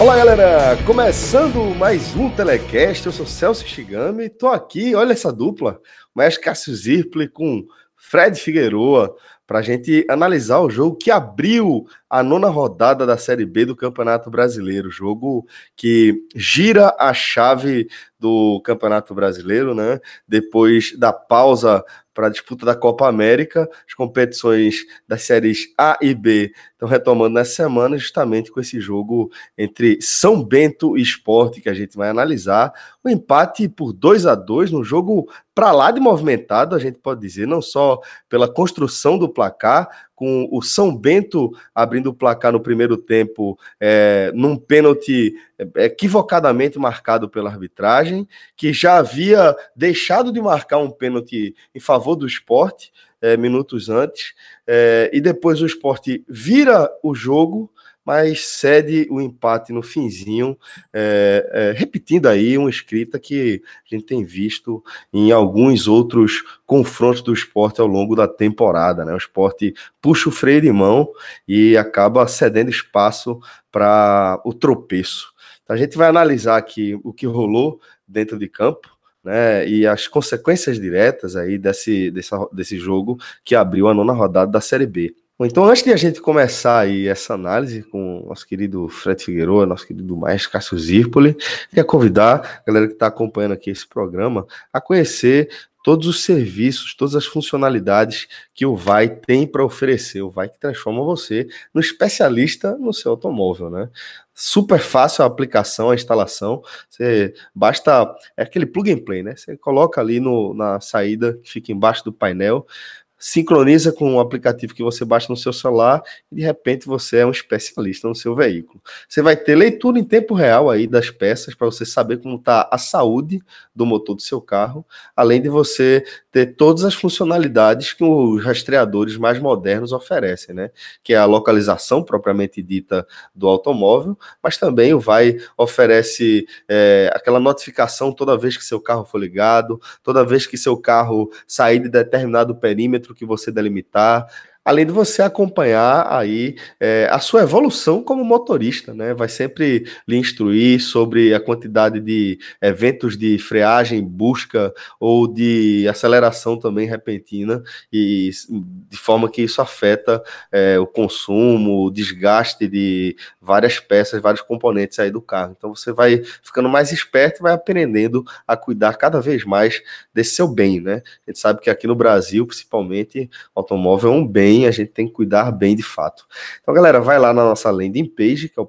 Olá, galera! Começando mais um Telecast, eu sou Celso Shigami, tô aqui, olha essa dupla, Mestre Cássio Zirpoli com Fred Figueroa, para a gente analisar o jogo que abriu a 9ª rodada da Série B do Campeonato Brasileiro, jogo que gira a chave do Campeonato Brasileiro, né? Depois da pausa para a disputa da Copa América, as competições das séries A e B estão retomando nessa semana, justamente com esse jogo entre São Bento e Sport, que a gente vai analisar. O empate por 2-2 no jogo para lá de movimentado, a gente pode dizer, não só pela construção do placar, com o São Bento abrindo o placar no primeiro tempo, num pênalti equivocadamente marcado pela arbitragem, que já havia deixado de marcar um pênalti em favor do Sport minutos antes, e depois o Sport vira o jogo, mas cede o empate no finzinho, repetindo aí uma escrita que a gente tem visto em alguns outros confrontos do Sport ao longo da temporada, né? O Sport puxa o freio de mão e acaba cedendo espaço para o tropeço. Então a gente vai analisar aqui o que rolou dentro de campo, né, e as consequências diretas aí desse jogo que abriu a 9ª rodada da Série B. Então, antes de a gente começar aí essa análise com o nosso querido Fred Figueroa, nosso querido Mestre Cássio Zirpoli, queria convidar a galera que está acompanhando aqui esse programa a conhecer todos os serviços, todas as funcionalidades que o Vai tem para oferecer. O Vai que transforma você no especialista no seu automóvel, né? Super fácil a aplicação, a instalação. Você basta, é aquele plug and play, né? Você coloca ali na saída que fica embaixo do painel, sincroniza com o aplicativo que você baixa no seu celular e de repente você é um especialista no seu veículo. Você vai ter leitura em tempo real aí das peças para você saber como está a saúde do motor do seu carro, além de você ter todas as funcionalidades que os rastreadores mais modernos oferecem, né? Que é a localização propriamente dita do automóvel, mas também o Vai oferece aquela notificação toda vez que seu carro for ligado, toda vez que seu carro sair de determinado perímetro que você delimitar, além de você acompanhar aí a sua evolução como motorista, né? Vai sempre lhe instruir sobre a quantidade de eventos de freagem, busca ou de aceleração também repentina, e de forma que isso afeta o consumo, o desgaste de várias peças, vários componentes aí do carro. Então você vai ficando mais esperto e vai aprendendo a cuidar cada vez mais desse seu bem, né? A gente sabe que aqui no Brasil, principalmente, o automóvel é um bem, a gente tem que cuidar bem de fato. Então, galera, vai lá na nossa landing page, que é o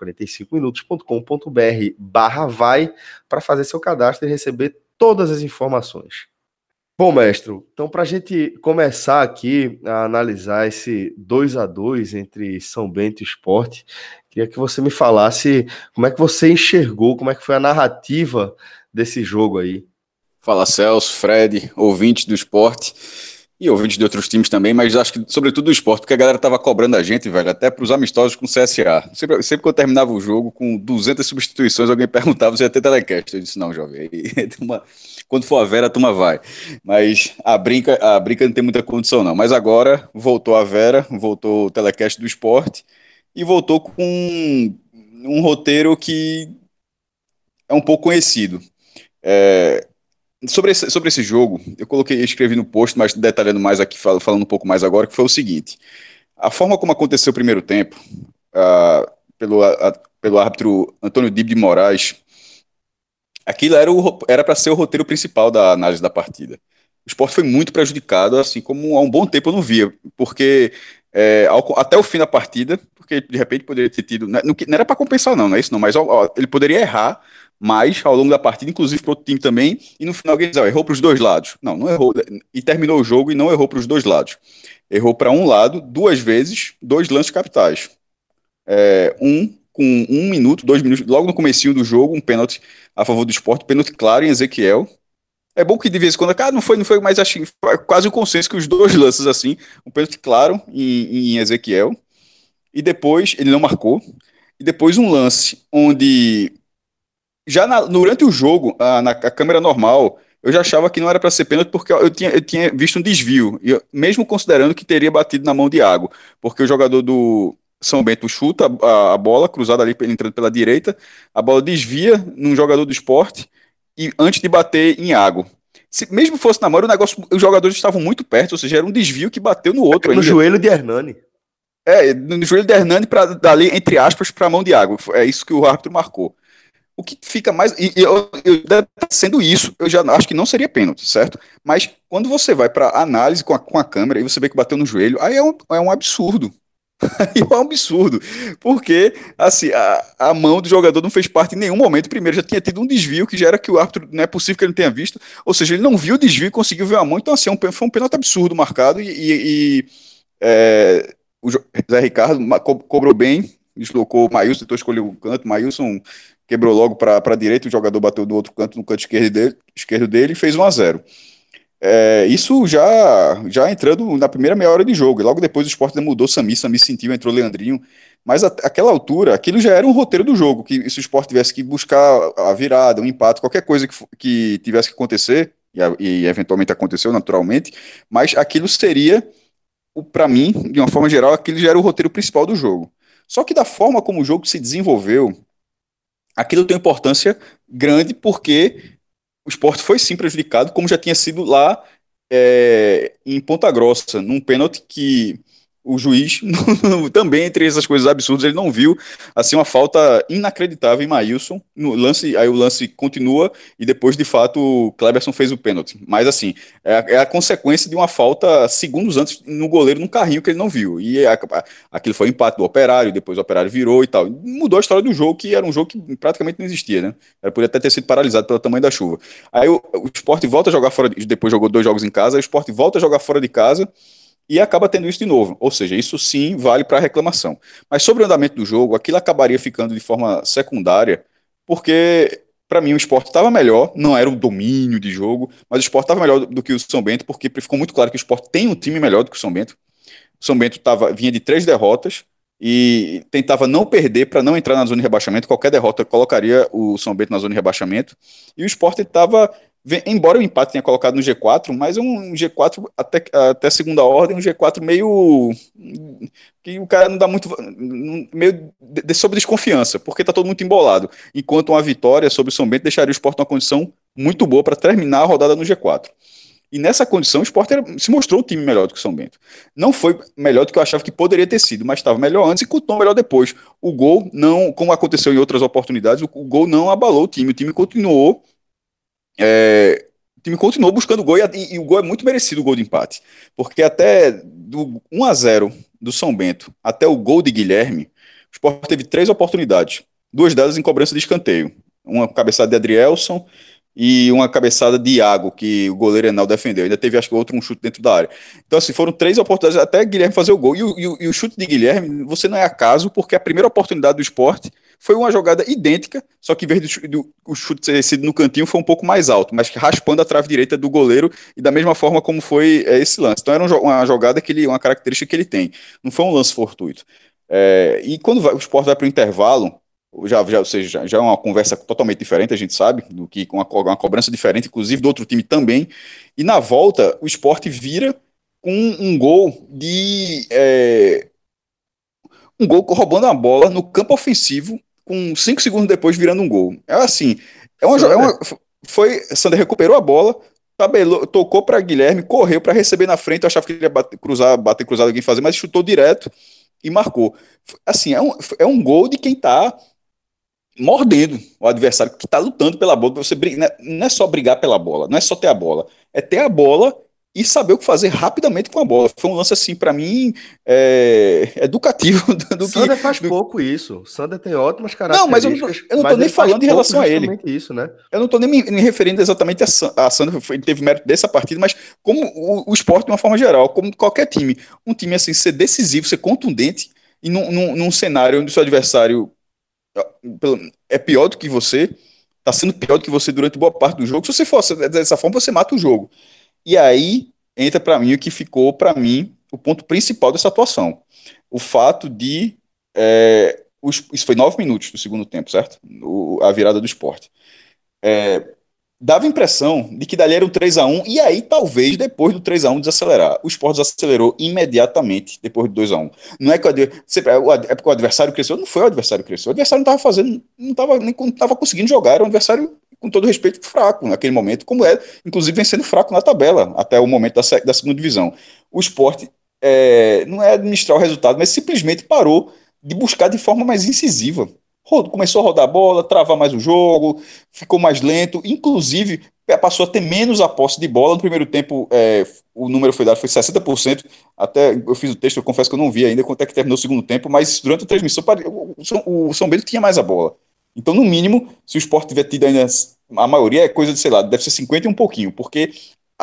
podcast45minutos.com.br/vai, para fazer seu cadastro e receber todas as informações. Bom, mestre, então para a gente começar aqui a analisar esse 2-2 entre São Bento e Sport, queria que você me falasse como é que você enxergou, como é que foi a narrativa desse jogo aí. Fala, Celso, Fred, ouvintes do Sport e ouvintes de outros times também, mas acho que sobretudo do Sport, porque a galera tava cobrando a gente, velho, até pros amistosos com o CSA. Sempre que eu terminava o jogo com 200 substituições, alguém perguntava se ia ter telecast. Eu disse, não, jovem, aí, quando for a Vera, a turma vai. Mas a brinca não tem muita condição, não. Mas agora voltou a Vera, voltou o telecast do Sport e voltou com um roteiro que é um pouco conhecido. Sobre esse jogo, eu escrevi no post, mas detalhando mais aqui, falando um pouco mais agora, que foi o seguinte: a forma como aconteceu o primeiro tempo, pelo árbitro Antônio Dibe de Moraes, aquilo era para ser o roteiro principal da análise da partida. O Sport foi muito prejudicado, assim como há um bom tempo eu não via, porque até o fim da partida, porque de repente poderia ter tido, não era para compensar não é isso não, mas ele poderia errar mais ao longo da partida, inclusive para outro time também, e no final alguém diz, errou para os dois lados. Não errou, e terminou o jogo e não errou para os dois lados. Errou para um lado, 2 vezes, 2 lances capitais. Com 1 minuto, 2 minutos, logo no comecinho do jogo, um pênalti a favor do Sport, pênalti claro em Ezequiel. É bom que de vez em quando, não foi, mas acho que foi quase um consenso que os dois lances assim, um pênalti claro em Ezequiel, e depois ele não marcou, e depois um lance onde durante o jogo, na câmera normal, eu já achava que não era para ser pênalti porque eu tinha visto um desvio, mesmo considerando que teria batido na mão de Iago, porque o jogador do São Bento chuta a bola cruzada ali, entrando pela direita, a bola desvia num jogador do Sport e antes de bater em Iago. Se mesmo fosse na mão, o negócio, os jogadores estavam muito perto, ou seja, era um desvio que bateu no outro No ainda. joelho de Hernani. No joelho de Hernani, dali, entre aspas, para a mão de Iago. É isso que o árbitro marcou. O que fica mais. Sendo isso, eu já acho que não seria pênalti, certo? Mas quando você vai para análise com a câmera e você vê que bateu no joelho, aí é um absurdo. Aí é um absurdo. Porque, assim, a mão do jogador não fez parte em nenhum momento. Primeiro, já tinha tido um desvio que já era que o árbitro, não é possível que ele não tenha visto. Ou seja, ele não viu o desvio e conseguiu ver a mão. Então, assim, foi um pênalti absurdo marcado. O Zé Ricardo cobrou bem, deslocou o Maílson, tentou escolher o canto. Maílson quebrou logo para a direita, o jogador bateu do outro canto, no canto esquerdo dele e fez 1-0. Isso já entrando na primeira meia hora de jogo, e logo depois o Sport mudou Sami sentiu, entrou Leandrinho, mas aquela altura, aquilo já era um roteiro do jogo, que se o Sport tivesse que buscar a virada, um empate, qualquer coisa que tivesse que acontecer, e eventualmente aconteceu naturalmente, mas aquilo seria, para mim, de uma forma geral, aquilo já era o roteiro principal do jogo. Só que da forma como o jogo se desenvolveu, aquilo tem importância grande porque o Sport foi sim prejudicado, como já tinha sido lá em Ponta Grossa, num pênalti que o juiz, também entre essas coisas absurdas, ele não viu assim uma falta inacreditável em Maílson no lance, aí o lance continua e depois de fato o Kleberson fez o pênalti, mas assim, é a consequência de uma falta segundos antes no goleiro num carrinho que ele não viu, e aquilo foi empate do Operário, depois o Operário virou e tal, mudou a história do jogo, que era um jogo que praticamente não existia, né, podia até ter sido paralisado pelo tamanho da chuva. Aí o Sport volta a jogar fora, depois jogou 2 jogos em casa, aí o Sport volta a jogar fora de casa e acaba tendo isso de novo. Ou seja, isso sim vale para reclamação. Mas sobre o andamento do jogo, aquilo acabaria ficando de forma secundária, porque para mim o Sport estava melhor, não era o domínio de jogo, mas o Sport estava melhor do que o São Bento, porque ficou muito claro que o Sport tem um time melhor do que o São Bento. O São Bento vinha de 3 derrotas e tentava não perder para não entrar na zona de rebaixamento. Qualquer derrota colocaria o São Bento na zona de rebaixamento. E o Sport estava, embora o empate tenha colocado no G4, mas um G4 até segunda ordem, um G4 meio que o cara não dá muito, meio sob desconfiança, porque está todo muito embolado. Enquanto uma vitória sobre o São Bento deixaria o Sport numa condição muito boa para terminar a rodada no G4. E nessa condição, o Sport se mostrou um time melhor do que o São Bento. Não foi melhor do que eu achava que poderia ter sido, mas estava melhor antes e continuou melhor depois. O gol não, como aconteceu em outras oportunidades, o gol não abalou o time. O time continuou buscando gol e o gol é muito merecido, o gol de empate. Porque até do 1-0 do São Bento até o gol de Guilherme, o Sport teve 3 oportunidades. 2 delas em cobrança de escanteio. Uma cabeçada de Adrielson e uma cabeçada de Iago, que o goleiro Enal defendeu. Ainda teve, acho que, um chute dentro da área. Então, assim, foram 3 oportunidades até Guilherme fazer o gol. E o chute de Guilherme, você não é acaso, porque a primeira oportunidade do Sport foi uma jogada idêntica, só que em vez o chute ter sido no cantinho, foi um pouco mais alto, mas raspando a trave direita do goleiro, e da mesma forma como foi esse lance. Então, era uma jogada uma característica que ele tem. Não foi um lance fortuito. E quando o Sport vai para o intervalo, ou seja, já é uma conversa totalmente diferente, a gente sabe, do que com uma cobrança diferente, inclusive do outro time também. E na volta, o Sport vira com um gol um gol roubando a bola no campo ofensivo, com 5 segundos depois virando um gol. É assim, Sander recuperou a bola, tabelou, tocou para Guilherme, correu para receber na frente, eu achava que ele ia bater cruzado alguém fazer, mas chutou direto e marcou. Assim, é um gol de quem está mordendo o adversário, que está lutando pela bola. Você não é só brigar pela bola, não é só ter a bola, é ter a bola e saber o que fazer rapidamente com a bola. Foi um lance, assim, para mim, educativo Sander faz pouco isso. Sander tem ótimas Não, mas características. eu não tô nem falando em relação a ele. Isso, né? Eu não estou nem me referindo exatamente a Sander, ele teve mérito dessa partida, mas como o esporte de uma forma geral, como qualquer time, um time assim, ser decisivo, ser contundente, e num cenário onde o seu adversário é pior do que você, está sendo pior do que você durante boa parte do jogo. Se você for dessa forma, você mata o jogo. E aí entra para mim o que ficou para mim o ponto principal dessa atuação. O fato de isso foi 9 minutos do segundo tempo, certo? A virada do esporte. dava a impressão de que dali era um 3-1 e aí talvez depois do 3-1 desacelerar. O Sport desacelerou imediatamente depois do 2-1. Não é que é porque o adversário cresceu, não foi o adversário que cresceu. O adversário não estava fazendo, não estava conseguindo jogar, era um adversário com todo respeito fraco naquele momento, como é, inclusive vem sendo fraco na tabela até o momento da segunda divisão. O Sport não é administrar o resultado, mas simplesmente parou de buscar de forma mais incisiva. Começou a rodar a bola, travar mais o jogo, ficou mais lento, inclusive passou a ter menos a posse de bola. No primeiro tempo, o número foi dado, foi 60%. Até eu fiz o texto, eu confesso que eu não vi ainda quanto é que terminou o segundo tempo, mas durante a transmissão o São Bento tinha mais a bola. Então, no mínimo, se o Sport tiver tido ainda, a maioria é coisa de, sei lá, deve ser 50 e um pouquinho, porque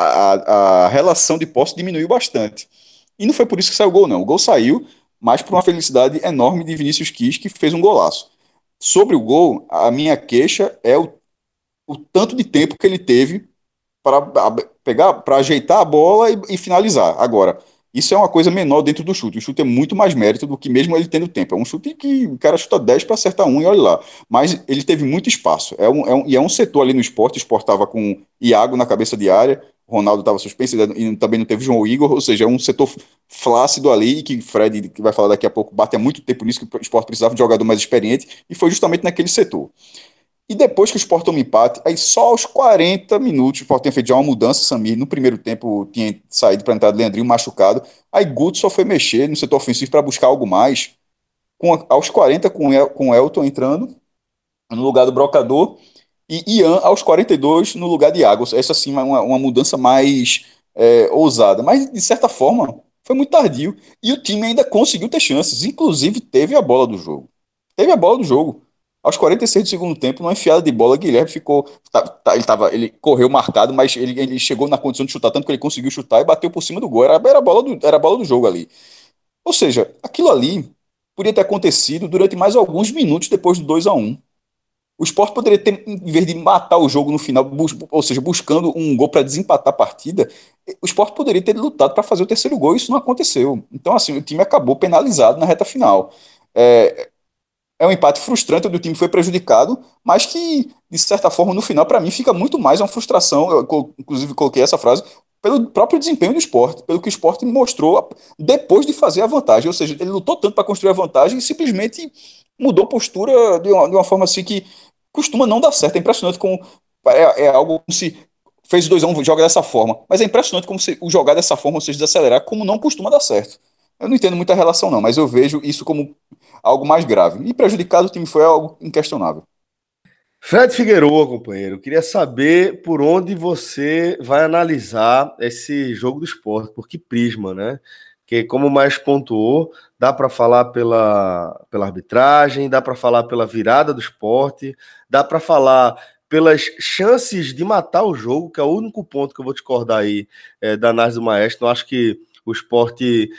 a relação de posse diminuiu bastante. E não foi por isso que saiu o gol, não. O gol saiu, mas por uma felicidade enorme de Vinícius Quis, que fez um golaço. Sobre o gol, a minha queixa é o tanto de tempo que ele teve para pegar, para ajeitar a bola e finalizar. Agora, isso é uma coisa menor dentro do chute. O chute é muito mais mérito do que mesmo ele tendo tempo. É um chute que o cara chuta 10 para acertar um e olha lá. Mas ele teve muito espaço. E é um setor ali no esporte. O esporte estava com Iago na cabeça de área, o Ronaldo estava suspenso e também não teve João Igor, ou seja, é um setor flácido ali, que Fred, que vai falar daqui a pouco, bate há muito tempo nisso, que o esporte precisava de um jogador mais experiente, e foi justamente naquele setor. E depois que o Sport toma empate, aí só aos 40 minutos, o Sport tinha feito já uma mudança, Samir, no primeiro tempo tinha saído para a entrada de Leandrinho machucado, aí Guto só foi mexer no setor ofensivo para buscar algo mais, aos 40 com o Elton entrando no lugar do Brocador, e Ian aos 42 no lugar de Águas. Essa sim é uma mudança mais ousada, mas de certa forma foi muito tardio, e o time ainda conseguiu ter chances, inclusive teve a bola do jogo. Teve a bola do jogo. Aos 46 do segundo tempo, numa enfiada de bola, Guilherme ficou. Ele correu marcado, mas ele chegou na condição de chutar, tanto que ele conseguiu chutar e bateu por cima do gol. Era a bola do jogo ali. Ou seja, aquilo ali podia ter acontecido durante mais alguns minutos depois do 2-1. O Sport poderia ter, em vez de matar o jogo no final, ou seja, buscando um gol para desempatar a partida, o Sport poderia ter lutado para fazer o terceiro gol e isso não aconteceu. Então, assim, o time acabou penalizado na reta final. É, é um empate frustrante, onde o time foi prejudicado, mas que, de certa forma, no final, para mim, fica muito mais uma frustração. Inclusive, coloquei essa frase pelo próprio desempenho do esporte, pelo que o esporte mostrou depois de fazer a vantagem. Ou seja, ele lutou tanto para construir a vantagem e simplesmente mudou postura de uma forma assim que costuma não dar certo. É impressionante como é algo como se fez 2-1, joga dessa forma. Mas é impressionante como se o jogar dessa forma, ou seja, desacelerar, como não costuma dar certo. Eu não entendo muita relação, não, mas eu vejo isso como algo mais grave. E prejudicado o time foi algo inquestionável. Fred Figueroa, companheiro, queria saber por onde você vai analisar esse jogo do esporte, por que prisma, né? Que, como mais pontuou, dá para falar pela arbitragem, dá para falar pela virada do esporte, dá para falar pelas chances de matar o jogo, que é o único ponto que eu vou discordar aí da análise do Maestro. Eu acho que o esporte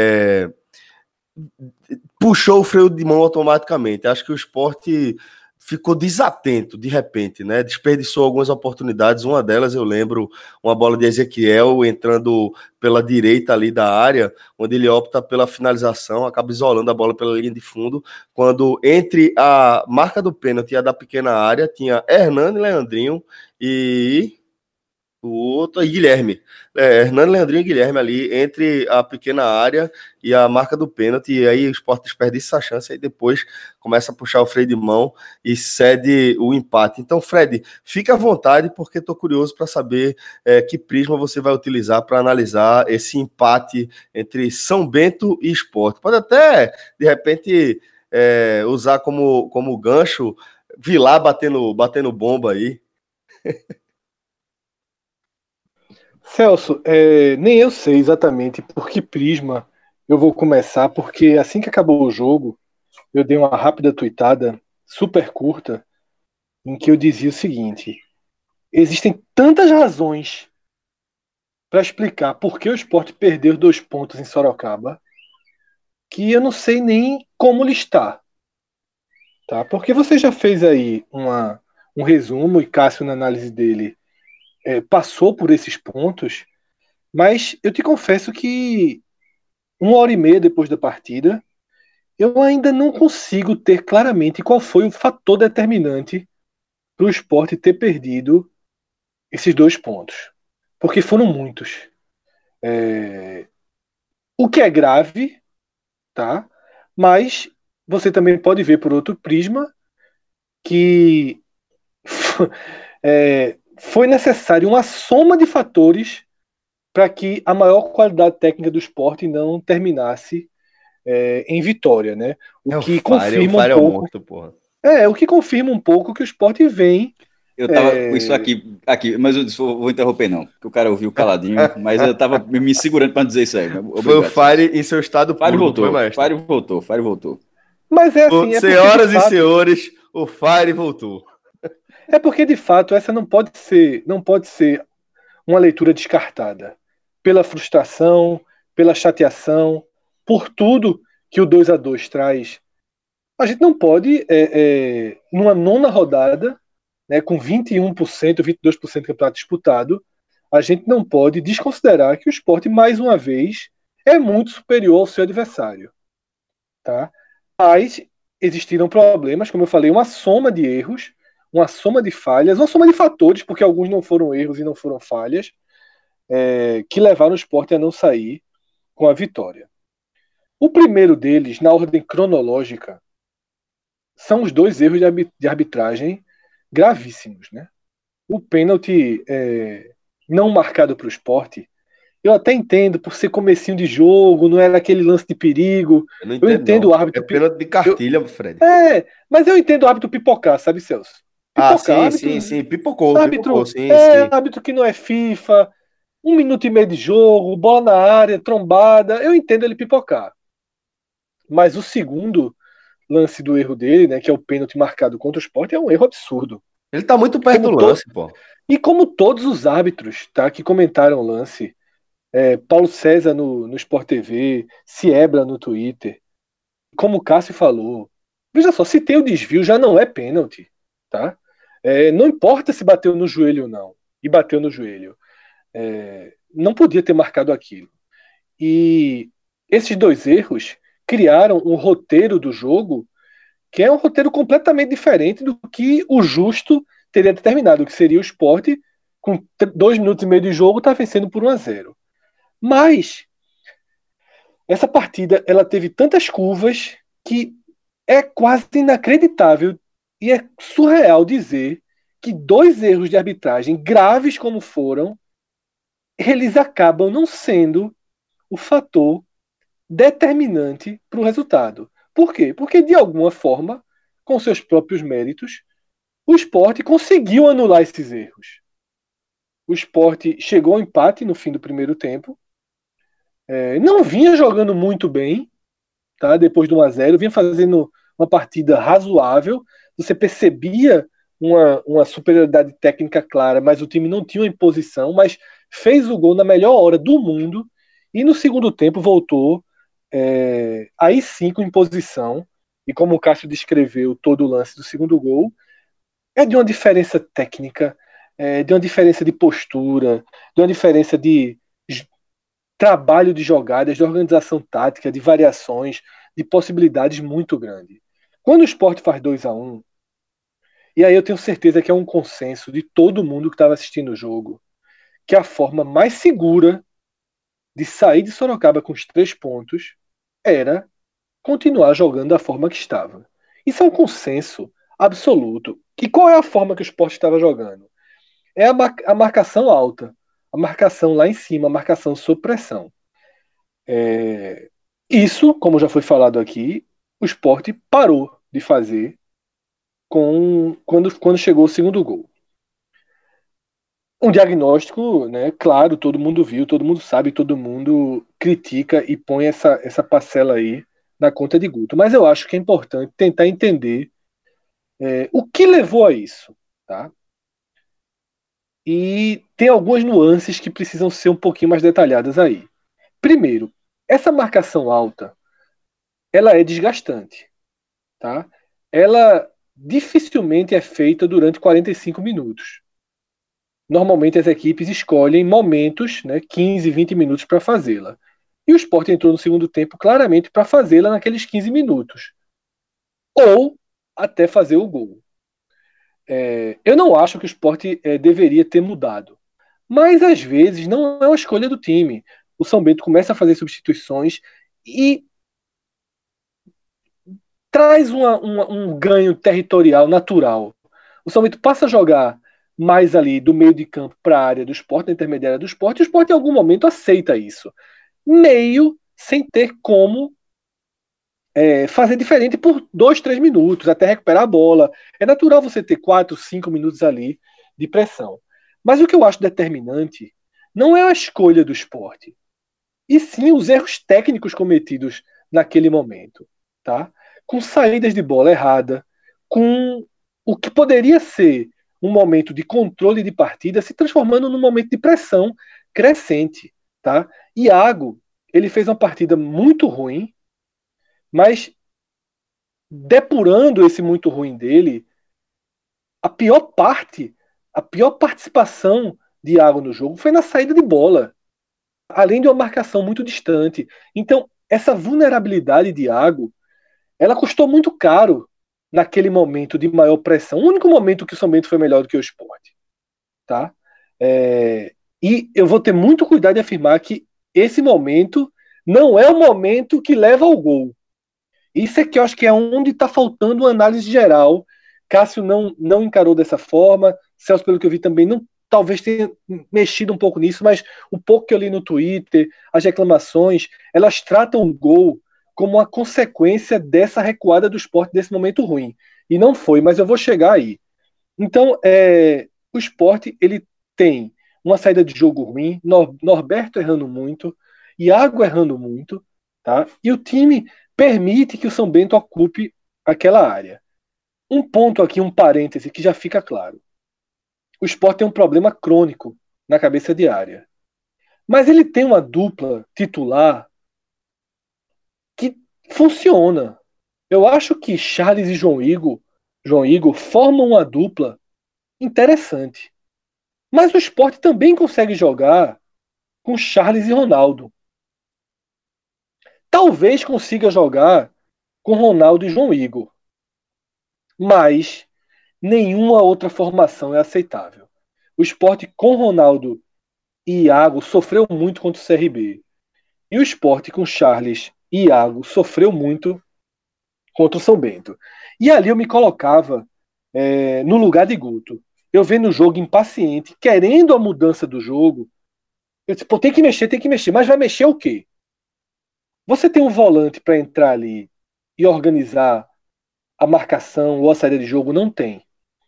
puxou o freio de mão automaticamente. Acho que o esporte ficou desatento de repente, né? Desperdiçou algumas oportunidades. Uma delas eu lembro, uma bola de Ezequiel entrando pela direita ali da área, onde ele opta pela finalização, acaba isolando a bola pela linha de fundo, quando entre a marca do pênalti e a da pequena área tinha Hernani, Leandrinho e o outro é Guilherme. Hernando, Leandrinho e Guilherme ali entre a pequena área e a marca do pênalti. E aí o Sport desperdiça essa chance. Aí depois começa a puxar o freio de mão e cede o empate. Então, Fred, fica à vontade, porque estou curioso para saber que prisma você vai utilizar para analisar esse empate entre São Bento e Sport. Pode até, de repente, usar como gancho, Vilar batendo bomba aí. Celso, nem eu sei exatamente por que prisma eu vou começar, porque assim que acabou o jogo, eu dei uma rápida tuitada, super curta, em que eu dizia o seguinte: existem tantas razões para explicar por que o Sport perdeu 2 pontos em Sorocaba, que eu não sei nem como listar, tá? Porque você já fez aí um resumo, e Cássio, na análise dele, passou por esses pontos, mas eu te confesso que 1 hora e meia depois da partida, eu ainda não consigo ter claramente qual foi o fator determinante para o Sport ter perdido esses 2 pontos, porque foram muitos. O que é grave, tá? Mas você também pode ver por outro prisma que foi necessário uma soma de fatores para que a maior qualidade técnica do esporte não terminasse em vitória, né? O que O confirma um Fire é o pouco. morto, porra. O que confirma um pouco que o esporte vem. Eu tava com isso aqui, mas eu disse, vou interromper não, porque o cara ouviu caladinho, mas eu tava me segurando para dizer isso aí. Foi o Obrigado, Fire Celso. em seu estado Fire puro, não foi, voltou, mestre? Fire voltou. Mas é assim, porque Senhoras e senhores, o Fire voltou. É porque de fato essa não pode ser uma leitura descartada pela frustração, pela chateação, por tudo que o 2-2 traz. A gente não pode, numa nona rodada, né, com 21%, 22% do campeonato disputado, a gente não pode desconsiderar que o esporte, mais uma vez, é muito superior ao seu adversário. Tá? Mas existiram problemas, como eu falei, uma soma de erros, uma soma de falhas, uma soma de fatores, porque alguns não foram erros e não foram falhas, que levaram o esporte a não sair com a vitória. O primeiro deles, na ordem cronológica, são os 2 erros de arbitragem gravíssimos. Né? O pênalti não marcado para o esporte, eu até entendo, por ser comecinho de jogo, não era aquele lance de perigo. Eu não entendo, o árbitro. É pênalti de cartilha, Fred. Mas eu entendo o árbitro pipocar, sabe, Celso? Pipocar, sim. Pipocou, sim. Árbitro que não é FIFA, 1 minuto e meio de jogo, bola na área, trombada, eu entendo ele pipocar. Mas o segundo lance do erro dele, né, que é o pênalti marcado contra o Sport, é um erro absurdo. Ele tá muito perto do lance, pô. E como todos os árbitros, tá, que comentaram o lance, Paulo César no Sport TV, Siebra no Twitter, como o Cássio falou, veja só, se tem o desvio já não é pênalti, tá? Não importa se bateu no joelho ou não, e bateu no joelho. Não podia ter marcado aquilo. E esses 2 erros criaram um roteiro do jogo que é um roteiro completamente diferente do que o justo teria determinado, que seria o Sport, com 2 minutos e meio de jogo, tá vencendo por 1-0. Mas essa partida ela teve tantas curvas que é quase inacreditável e é surreal dizer que 2 erros de arbitragem graves como foram, eles acabam não sendo o fator determinante para o resultado. Por quê? Porque de alguma forma, com seus próprios méritos, o Sport conseguiu anular esses erros. O Sport chegou ao empate no fim do primeiro tempo, não vinha jogando muito bem, tá? Depois do 1-0, vinha fazendo uma partida razoável. Você percebia uma superioridade técnica clara, mas o time não tinha uma imposição, mas fez o gol na melhor hora do mundo e no segundo tempo voltou aí sim com imposição. E como o Cássio descreveu todo o lance do segundo gol, é de uma diferença técnica, de uma diferença de postura, de uma diferença de trabalho de jogadas, de organização tática, de variações, de possibilidades muito grande. Quando o Sport faz 2-1, e aí eu tenho certeza que é um consenso de todo mundo que estava assistindo o jogo, que a forma mais segura de sair de Sorocaba com os 3 pontos era continuar jogando da forma que estava. Isso é um consenso absoluto. E qual é a forma que o Sport estava jogando? É a marcação alta, a marcação lá em cima, a marcação sob pressão. Isso, como já foi falado aqui, o Sport parou de fazer quando chegou o segundo gol. Um diagnóstico, né, claro, todo mundo viu, todo mundo sabe, todo mundo critica e põe essa parcela aí na conta de Guto. Mas eu acho que é importante tentar entender o que levou a isso. Tá? E tem algumas nuances que precisam ser um pouquinho mais detalhadas aí. Primeiro, essa marcação alta, ela é desgastante. Tá? Ela dificilmente é feita durante 45 minutos. Normalmente as equipes escolhem momentos, né, 15, 20 minutos para fazê-la. E o Sport entrou no segundo tempo claramente para fazê-la naqueles 15 minutos. Ou até fazer o gol. eu não acho que o Sport deveria ter mudado. Mas, às vezes, não é uma escolha do time. O São Bento começa a fazer substituições e traz um ganho territorial natural. O São Bento passa a jogar mais ali do meio de campo para a área do Sport, da intermediária do Sport, e o Sport em algum momento aceita isso. Meio sem ter como fazer diferente por 2, 3 minutos, até recuperar a bola. É natural você ter 4, 5 minutos ali de pressão. Mas o que eu acho determinante não é a escolha do Sport, e sim os erros técnicos cometidos naquele momento. Tá? Com saídas de bola errada, com o que poderia ser um momento de controle de partida se transformando num momento de pressão crescente. Tá? Iago, ele fez uma partida muito ruim, mas depurando esse muito ruim dele, a pior parte, a pior participação de Iago no jogo foi na saída de bola, além de uma marcação muito distante. Então, essa vulnerabilidade de Iago, ela custou muito caro naquele momento de maior pressão. O único momento que o São Bento foi melhor do que o Sport. Tá? E eu vou ter muito cuidado de afirmar que esse momento não é o momento que leva ao gol. Isso é que eu acho que é onde está faltando uma análise geral. Cássio não encarou dessa forma. Celso, pelo que eu vi, também não, talvez tenha mexido um pouco nisso, mas o pouco que eu li no Twitter, as reclamações, elas tratam o gol como uma consequência dessa recuada do Sport desse momento ruim. E não foi, mas eu vou chegar aí. Então, o Sport, ele tem uma saída de jogo ruim, Norberto errando muito, Iago errando muito, tá? E o time permite que o São Bento ocupe aquela área. Um ponto aqui, um parêntese, que já fica claro. O Sport tem um problema crônico na cabeça de área. Mas ele tem uma dupla titular que funciona. Eu acho que Charles e João Igor formam uma dupla interessante. Mas o Sport também consegue jogar com Charles e Ronaldo. Talvez consiga jogar com Ronaldo e João Igor. Mas nenhuma outra formação é aceitável. O Sport com Ronaldo e Iago sofreu muito contra o CRB. E o Sport com Charles e Iago sofreu muito contra o São Bento. E ali eu me colocava no lugar de Guto. Eu vendo o jogo impaciente, querendo a mudança do jogo. Eu disse, pô, tem que mexer. Mas vai mexer o quê? Você tem um volante para entrar ali e organizar a marcação ou a saída de jogo? Não tem.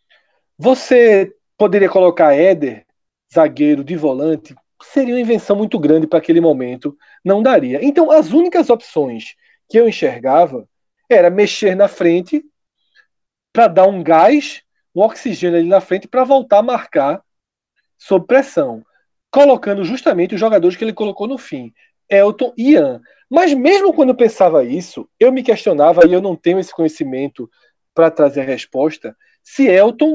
Você poderia colocar Éder, zagueiro de volante, seria uma invenção muito grande para aquele momento, não daria. Então, as únicas opções que eu enxergava era mexer na frente para dar um gás, um oxigênio ali na frente para voltar a marcar sob pressão, colocando justamente os jogadores que ele colocou no fim, Elton e Ian. Mas mesmo quando eu pensava isso, eu me questionava, e eu não tenho esse conhecimento para trazer a resposta, se Elton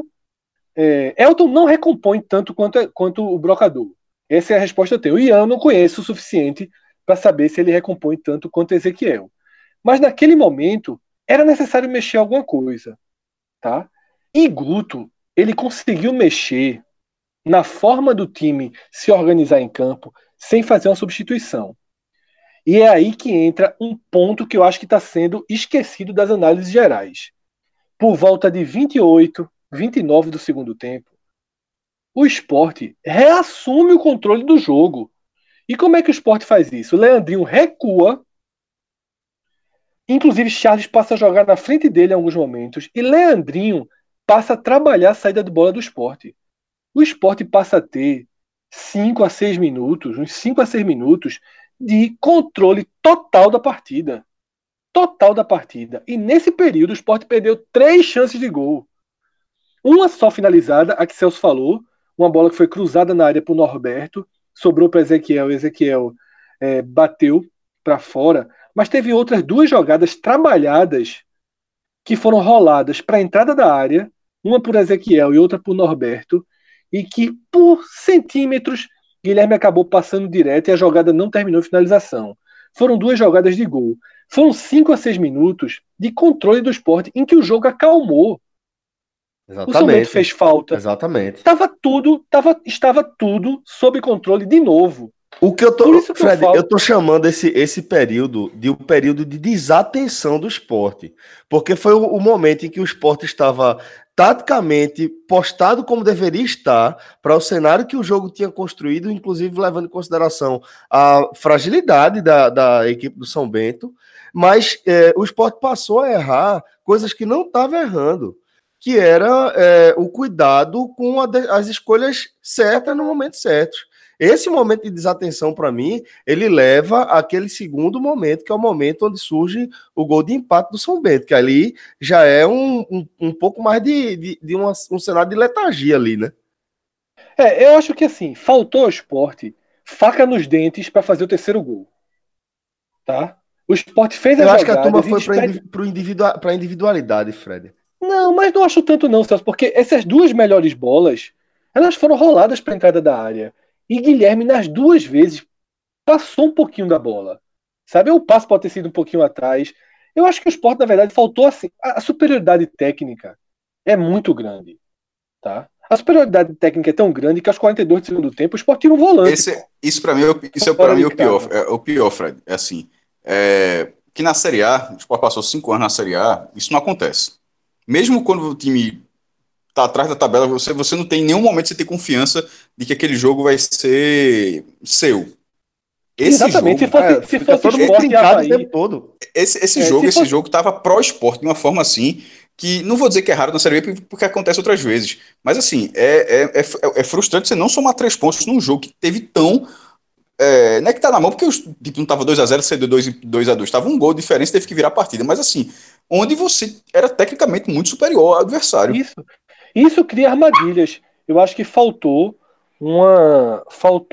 não recompõe tanto quanto o Brocador. Essa é a resposta que eu tenho. O Ian eu não conheço o suficiente para saber se ele recompõe tanto quanto Ezequiel. Mas naquele momento, era necessário mexer alguma coisa. Tá? E Guto, ele conseguiu mexer na forma do time se organizar em campo sem fazer uma substituição. E é aí que entra um ponto que eu acho que está sendo esquecido das análises gerais. Por volta de 28, 29 do segundo tempo, o Sport reassume o controle do jogo. E como é que o Sport faz isso? O Leandrinho recua, inclusive Charles passa a jogar na frente dele em alguns momentos, e Leandrinho passa a trabalhar a saída de bola do Sport. O Sport passa a ter 5 a 6 minutos, uns 5 a 6 minutos de controle total da partida. Total da partida. E nesse período o Sport perdeu 3 chances de gol. Uma só finalizada, a que Celso falou, uma bola que foi cruzada na área para o Norberto, sobrou para Ezequiel, e Ezequiel bateu para fora, mas teve outras 2 jogadas trabalhadas que foram roladas para a entrada da área, uma por Ezequiel e outra por Norberto, e que por centímetros Guilherme acabou passando direto e a jogada não terminou em finalização. Foram 2 jogadas de gol. Foram 5 a 6 minutos de controle do Sport em que o jogo acalmou. O São Bento fez falta. Exatamente. Estava tudo sob controle de novo. O que Fred, eu tô chamando esse período de um período de desatenção do esporte, porque foi o momento em que o esporte estava taticamente postado como deveria estar para o cenário que o jogo tinha construído, inclusive levando em consideração a fragilidade da equipe do São Bento, mas o esporte passou a errar coisas que não estava errando, que era o cuidado com as escolhas certas no momento certo. Esse momento de desatenção, para mim, ele leva àquele segundo momento, que é o momento onde surge o gol de empate do São Bento, que ali já é um pouco mais de um cenário de letargia ali, né? Eu acho que assim, faltou ao esporte faca nos dentes para fazer o terceiro gol. Tá? O esporte fez a jogada... Eu acho que a turma foi para a individualidade, Fred. Não, mas não acho tanto não, Celso, porque essas duas melhores bolas, elas foram roladas para a entrada da área. E Guilherme, nas duas vezes, passou um pouquinho da bola. Sabe? O passo pode ter sido um pouquinho atrás. Eu acho que o Sport, na verdade, faltou assim. A superioridade técnica é muito grande. Tá? A superioridade técnica é tão grande que aos 42 do segundo tempo o Sport tira um volante. Isso para mim é o pior. É o pior, Fred. É assim. Que na Série A, o Sport passou 5 anos na Série A, isso não acontece. Mesmo quando o time tá atrás da tabela, você não tem em nenhum momento você ter confiança de que aquele jogo vai ser seu. Exatamente, jogo, se fosse todo Sport e Avaí, o tempo todo. Esse jogo tava pró-Sport de uma forma assim, que não vou dizer que é raro na Série B, porque acontece outras vezes, mas assim, é frustrante você não somar 3 pontos num jogo que teve tão... não é que tá na mão, porque não tava 2-0, CD 2-2, tava um gol de diferença, teve que virar a partida, mas assim, onde você era tecnicamente muito superior ao adversário. Isso cria armadilhas. Eu acho que faltou uma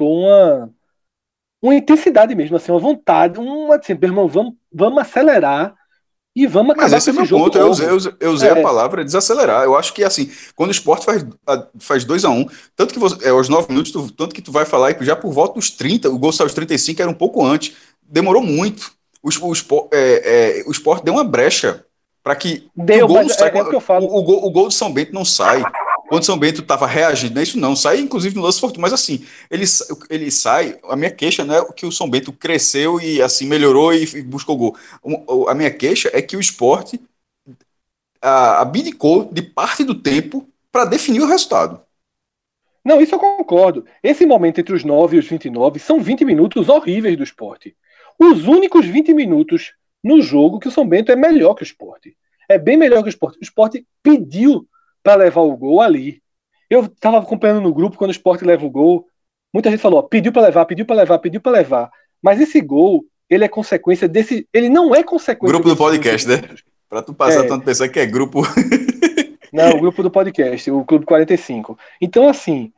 intensidade mesmo, assim, uma vontade, assim, meu irmão, vamos acelerar e vamos acabar com esse jogo. Mas esse é meu ponto, eu usei a palavra desacelerar. Eu acho que, assim, quando o Sport faz 2-1, tanto que aos 9 minutos, tanto que tu vai falar que já por volta dos 30, o gol saiu aos 35, era um pouco antes, demorou muito. O Sport deu uma brecha para que o gol não saia. O gol do São Bento não sai. Quando o São Bento estava reagindo, não é isso não, sai inclusive no lance fortuito, mas assim, ele sai, a minha queixa não é que o São Bento cresceu e assim melhorou e buscou gol. A minha queixa é que o Sport abdicou de parte do tempo para definir o resultado. Não, isso eu concordo. Esse momento entre os 9 e os 29 são 20 minutos horríveis do Sport. Os únicos 20 minutos no jogo que o São Bento é melhor que o Sport. É bem melhor que o Sport. O Sport pediu para levar o gol ali. Eu estava acompanhando no grupo quando o Sport leva o gol. Muita gente falou, pediu para levar. Mas esse gol, ele é consequência desse... Ele não é consequência... Grupo do podcast, né? Para tu passar tanto pensar que é grupo... Não, o grupo do podcast, o Clube 45. Então, assim,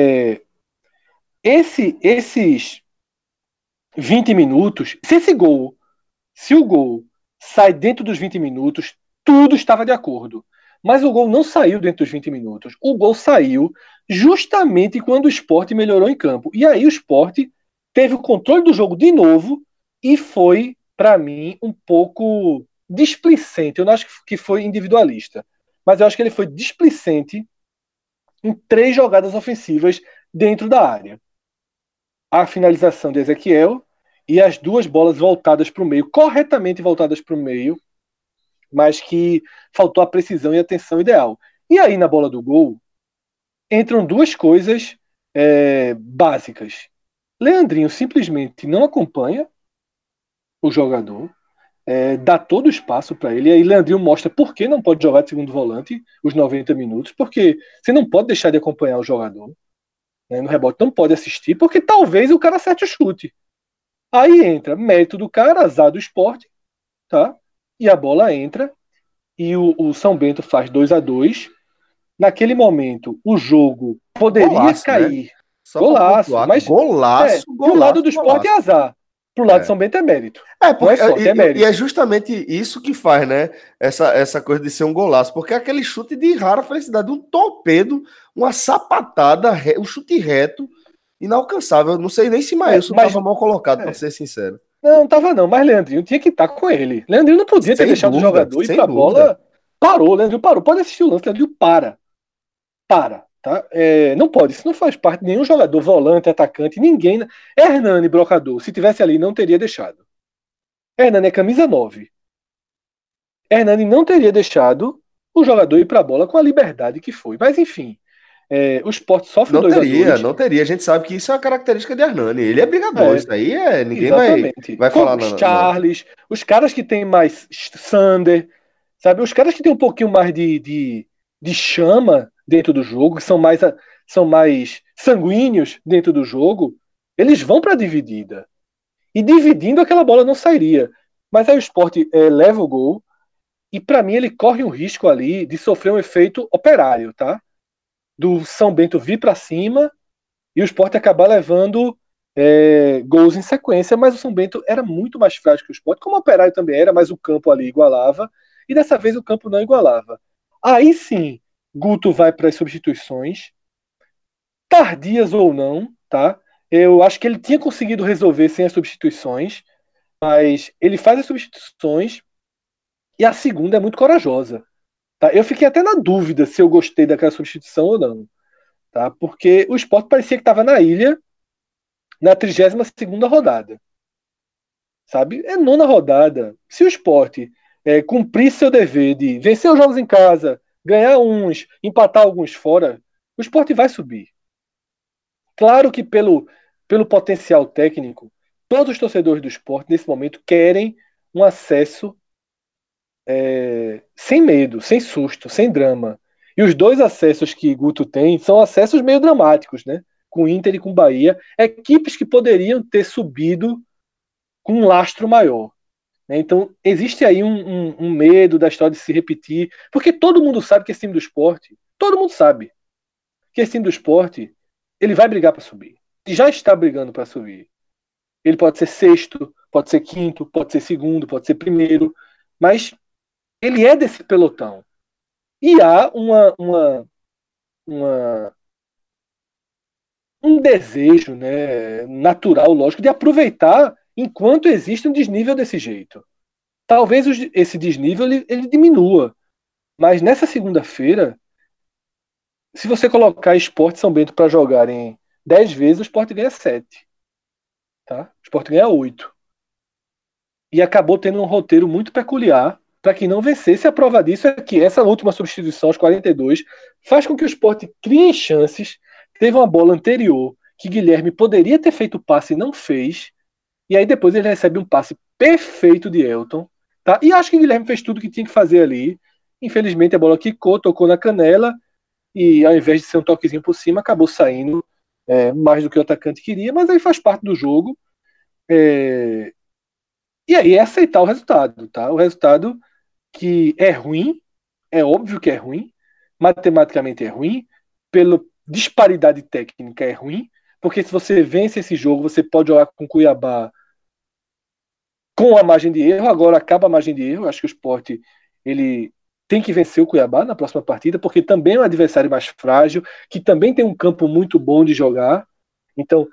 esses 20 minutos, se o gol sai dentro dos 20 minutos, tudo estava de acordo. Mas o gol não saiu dentro dos 20 minutos. O gol saiu justamente quando o Sport melhorou em campo. E aí o Sport teve o controle do jogo de novo e foi, para mim, um pouco displicente. Eu não acho que foi individualista, mas eu acho que ele foi displicente em 3 jogadas ofensivas dentro da área. A finalização de Ezequiel e as 2 bolas voltadas para o meio, corretamente voltadas para o meio, mas que faltou a precisão e a atenção ideal. E aí, na bola do gol, entram 2 coisas básicas. Leandrinho simplesmente não acompanha o jogador, dá todo o espaço para ele, e aí Leandrinho mostra por que não pode jogar de segundo volante os 90 minutos, porque você não pode deixar de acompanhar o jogador, né, no rebote, não pode assistir, porque talvez o cara acerte o chute. Aí entra mérito do cara, azar do Sport, tá? E a bola entra e o São Bento faz 2-2. Naquele momento, o jogo poderia cair. Né? Golaço, mas golaço. Do lado do Sport é azar. Pro lado do São Bento é mérito. Porque, mérito. E é justamente isso que faz, né? Essa coisa de ser um golaço. Porque é aquele chute de rara felicidade, um torpedo, uma sapatada, um chute reto, inalcançável. Não sei nem se Maílson estava mal colocado, para ser sincero. Não tava não, mas Leandrinho tinha que estar com ele. Leandrinho não podia ter deixado o jogador ir pra bola. Parou, Leandrinho parou. Pode assistir o lance, Leandrinho para. Tá? Não pode, isso não faz parte de nenhum jogador, volante, atacante, ninguém. Hernani, brocador, se tivesse ali, não teria deixado. Hernani é camisa 9. Hernani não teria deixado o jogador ir para a bola com a liberdade que foi. Mas, enfim, o Sport sofre Não 2-2. não teria. A gente sabe que isso é uma característica de Hernani. Ele é brigador, É, isso aí ninguém exatamente. vai Com falar, os não. Charles, os caras que tem mais Sander, sabe? Os caras que tem um pouquinho mais de chama dentro do jogo, que são mais sanguíneos dentro do jogo, eles vão para a dividida. E dividindo, aquela bola não sairia. Mas aí o Sport leva o gol, e para mim ele corre um risco ali de sofrer um efeito operário, tá? Do São Bento vir para cima e o Sport acabar levando gols em sequência, mas o São Bento era muito mais frágil que o Sport, como o Operário também era, mas o campo ali igualava, e dessa vez o campo não igualava. Aí sim, Guto vai para as substituições, tardias ou não, tá? Eu acho que ele tinha conseguido resolver sem as substituições, mas ele faz as substituições e a segunda é muito corajosa. Tá? Eu fiquei até na dúvida se eu gostei daquela substituição ou não, tá? Porque o Sport parecia que estava na ilha na 32ª rodada. Sabe? É nona rodada. Se o Sport cumprir seu dever de vencer os jogos em casa, ganhar uns, empatar alguns fora, o Sport vai subir. Claro que pelo potencial técnico, todos os torcedores do Sport nesse momento querem um acesso sem medo, sem susto, sem drama. E os dois acessos que Guto tem são acessos meio dramáticos, né? Com Inter e com Bahia, equipes que poderiam ter subido com um lastro maior. Né? Então, existe aí um medo da história de se repetir, porque todo mundo sabe que esse time do esporte, todo mundo sabe que esse time do esporte, ele vai brigar para subir. Ele já está brigando para subir. Ele pode ser sexto, pode ser quinto, pode ser segundo, pode ser primeiro, mas ele é desse pelotão. E há uma um desejo, né, natural, lógico, de aproveitar enquanto existe um desnível desse jeito. Talvez esse desnível ele diminua, mas nessa segunda-feira, se você colocar Sport e São Bento para jogarem 10 vezes, o Sport ganha 7. Tá? O Sport ganha 8. E acabou tendo um roteiro muito peculiar para que não vencesse. A prova disso é que essa última substituição, aos 42, faz com que o Sport crie chances. Teve uma bola anterior que Guilherme poderia ter feito o passe e não fez. E aí depois ele recebe um passe perfeito de Elton. Tá? E acho que Guilherme fez tudo que tinha que fazer ali. Infelizmente a bola quicou, tocou na canela. E ao invés de ser um toquezinho por cima, acabou saindo mais do que o atacante queria. Mas aí faz parte do jogo. E aí é aceitar o resultado. Tá? O resultado que é ruim, é óbvio que é ruim. Matematicamente é ruim. Pela disparidade técnica é ruim. Porque se você vence esse jogo, você pode jogar com Cuiabá com a margem de erro, agora acaba a margem de erro. Acho que o Sport ele tem que vencer o Cuiabá na próxima partida, porque também é um adversário mais frágil, que também tem um campo muito bom de jogar. Então,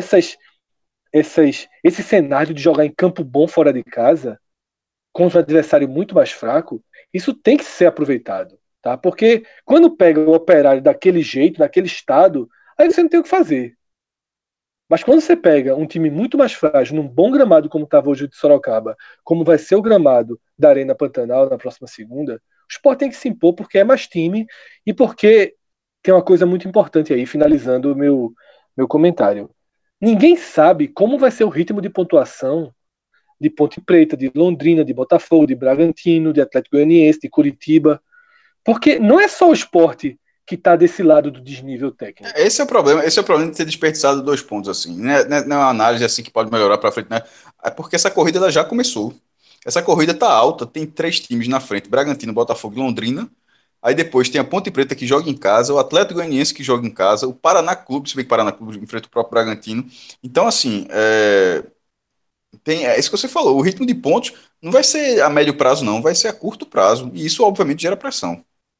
esse cenário de jogar em campo bom fora de casa, contra um adversário muito mais fraco, isso tem que ser aproveitado. Tá? Porque quando pega o Operário daquele jeito, naquele estado, aí você não tem o que fazer. Mas quando você pega um time muito mais frágil, num bom gramado como estava hoje o de Sorocaba, como vai ser o gramado da Arena Pantanal na próxima segunda, o Sport tem que se impor porque é mais time e porque tem uma coisa muito importante aí, finalizando o meu comentário. Ninguém sabe como vai ser o ritmo de pontuação de Ponte Preta, de Londrina, de Botafogo, de Bragantino, de Atlético Goianiense, de Curitiba, porque não é só o Sport que está desse lado do desnível técnico. Esse é o problema de ter desperdiçado 2 pontos, assim, não é uma análise assim que pode melhorar para frente, né? É porque essa corrida ela já começou. Essa corrida tá alta, tem 3 times na frente, Bragantino, Botafogo e Londrina. Aí depois tem a Ponte Preta que joga em casa, o Atlético Goianiense que joga em casa, o Paraná Clube, se bem que o Paraná Clube enfrenta o próprio Bragantino. Então, assim, é isso que você falou, o ritmo de pontos não vai ser a médio prazo, não, vai ser a curto prazo. E isso, obviamente, gera pressão.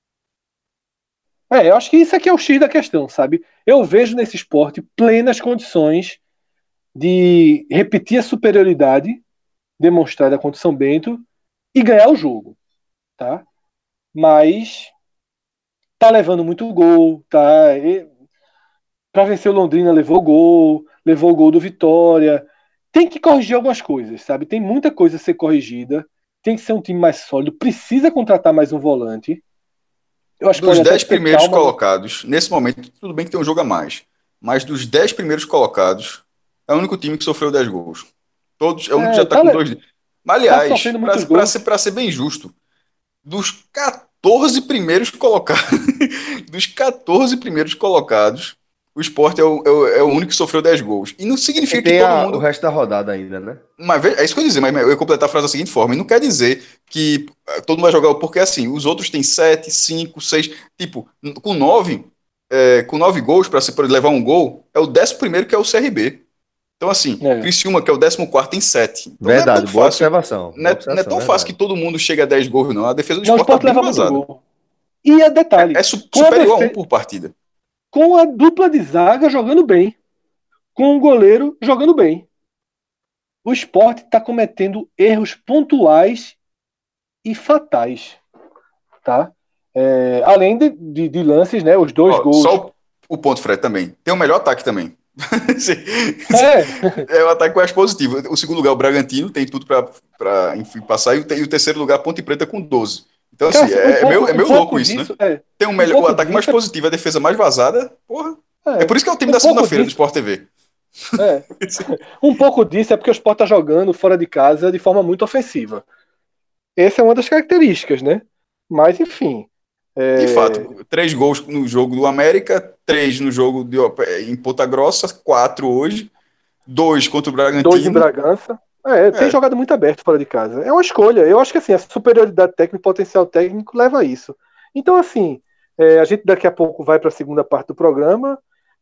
Eu acho que isso aqui é o X da questão, sabe? Eu vejo nesse esporte plenas condições de repetir a superioridade demonstrada contra o São Bento e ganhar o jogo, tá? Mas tá levando muito gol, tá? Para vencer o Londrina levou o gol do Vitória. Tem que corrigir algumas coisas, sabe? Tem muita coisa a ser corrigida. Tem que ser um time mais sólido. Precisa contratar mais um volante. Eu acho que Dos pode até 10 ter primeiros calma. colocados, nesse momento, tudo bem que tem um jogo a mais, mas dos 10 primeiros colocados, é o único time que sofreu 10 gols. Todos, é o único que já está com 2. Tá Aliás, sofrendo muitos gols. para ser bem justo, dos 14 primeiros colocados, dos 14 primeiros colocados, o Sport é o único que sofreu 10 gols. E não significa E tem que todo o mundo. resto da rodada ainda, né? Mas é isso que eu ia dizer, mas eu ia completar a frase da seguinte forma: e não quer dizer que todo mundo vai jogar, porque assim, os outros têm 7, 5, 6, tipo, com 9 gols para levar um gol, é o 11º que é o CRB. Então, assim, É. Criciúma, que é o 14º, tem 7. Então não é Verdade, tão boa fácil. observação. Não Boa é, não é observação, tão fácil verdade. que todo mundo chegue a 10 gols, não. A defesa do Não, o Sport tá Sport bem leva muito vazada. gol. E é detalhe, Superior a 1 por partida. com a dupla de zaga jogando bem, com o goleiro jogando bem. O Sport está cometendo erros pontuais e fatais, tá? Além de lances, né? Os dois Ó, gols. só o ponto, Fred, também. Tem o melhor ataque também. É, É o ataque mais positivo. O segundo lugar, o Bragantino, tem tudo para enfim, passar. E o terceiro lugar, Ponte Preta, com 12. Então, cara, assim, assim, é um meio pouco louco isso, né? disso Tem um o pouco ataque mais disso positivo, a defesa mais vazada. Porra. É é, por isso que é o time um da pouco segunda-feira do disso Sport TV. é, um pouco disso é porque o Sport tá jogando fora de casa de forma muito ofensiva. Essa é uma das características, né? Mas enfim, De fato, é, 3 gols no jogo do América, 3 no jogo em Ponta Grossa, 4 hoje, 2 contra o 2 em Bragantino. Bragança. Tem É, jogado muito aberto fora de casa. É uma escolha. Eu acho que assim, a superioridade técnica, o potencial técnico leva a isso. Então, assim, a gente daqui a pouco vai para a segunda parte do programa,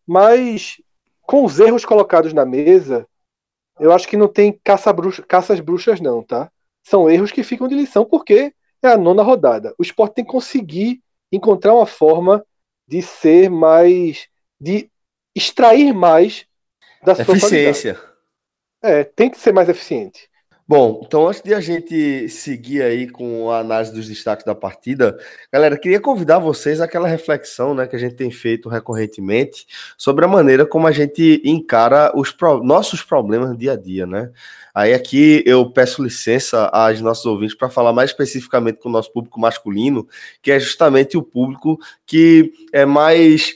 mas com os erros colocados na mesa, eu acho que não tem caças bruxas, não, tá? São erros que ficam de lição, porque é a nona rodada. O Sport tem que conseguir encontrar uma forma de ser mais. De extrair mais da sua qualidade. Eficiência. Tem que ser mais eficiente. Bom, então antes de a gente seguir aí com a análise dos destaques da partida, galera, queria convidar vocês àquela reflexão, né, que a gente tem feito recorrentemente sobre a maneira como a gente encara nossos problemas no dia a dia, né? Aí aqui eu peço licença aos nossos ouvintes para falar mais especificamente com o nosso público masculino, que é justamente o público que é mais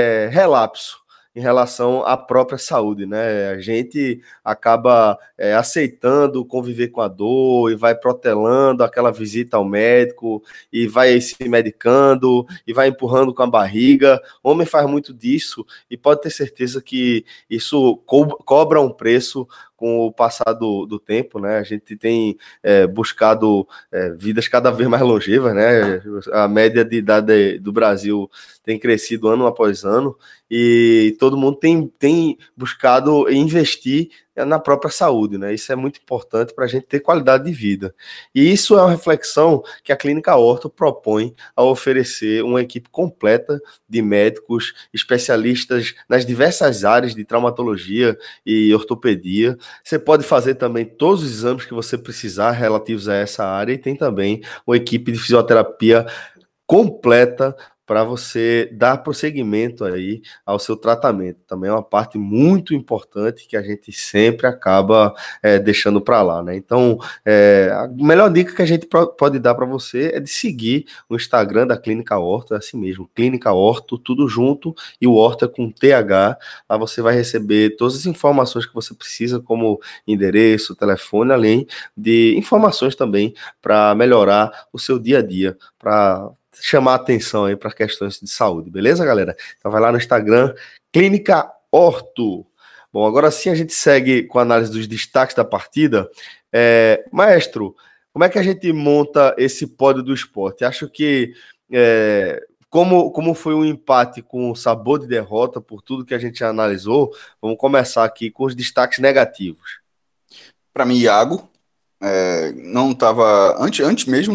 relapso em relação à própria saúde, né? A gente acaba aceitando conviver com a dor e vai protelando aquela visita ao médico e vai se medicando e vai empurrando com a barriga. O homem faz muito disso e pode ter certeza que isso cobra um preço com o passar do tempo, né? A gente tem buscado vidas cada vez mais longevas, né? A média de idade do Brasil tem crescido ano após ano e todo mundo tem buscado investir na própria saúde, né? Isso é muito importante para a gente ter qualidade de vida. E isso é uma reflexão que a Clínica Orto propõe ao oferecer uma equipe completa de médicos, especialistas nas diversas áreas de traumatologia e ortopedia. Você pode fazer também todos os exames que você precisar relativos a essa área e tem também uma equipe de fisioterapia completa para você dar prosseguimento aí ao seu tratamento. Também é uma parte muito importante que a gente sempre acaba deixando para lá, né? Então, a melhor dica que a gente pode dar para você é de seguir o Instagram da Clínica Orto, é assim mesmo, Clínica Orto, tudo junto, e o Orto é com TH. Lá você vai receber todas as informações que você precisa, como endereço, telefone, além de informações também para melhorar o seu dia a dia, para chamar atenção aí para questões de saúde, beleza, galera? Então vai lá no Instagram, Clínica Orto. Bom, agora sim a gente segue com a análise dos destaques da partida. Maestro, como é que a gente monta esse pódio do esporte? Acho que como foi um empate com sabor de derrota por tudo que a gente já analisou, vamos começar aqui com os destaques negativos. para mim, Iago não estava antes mesmo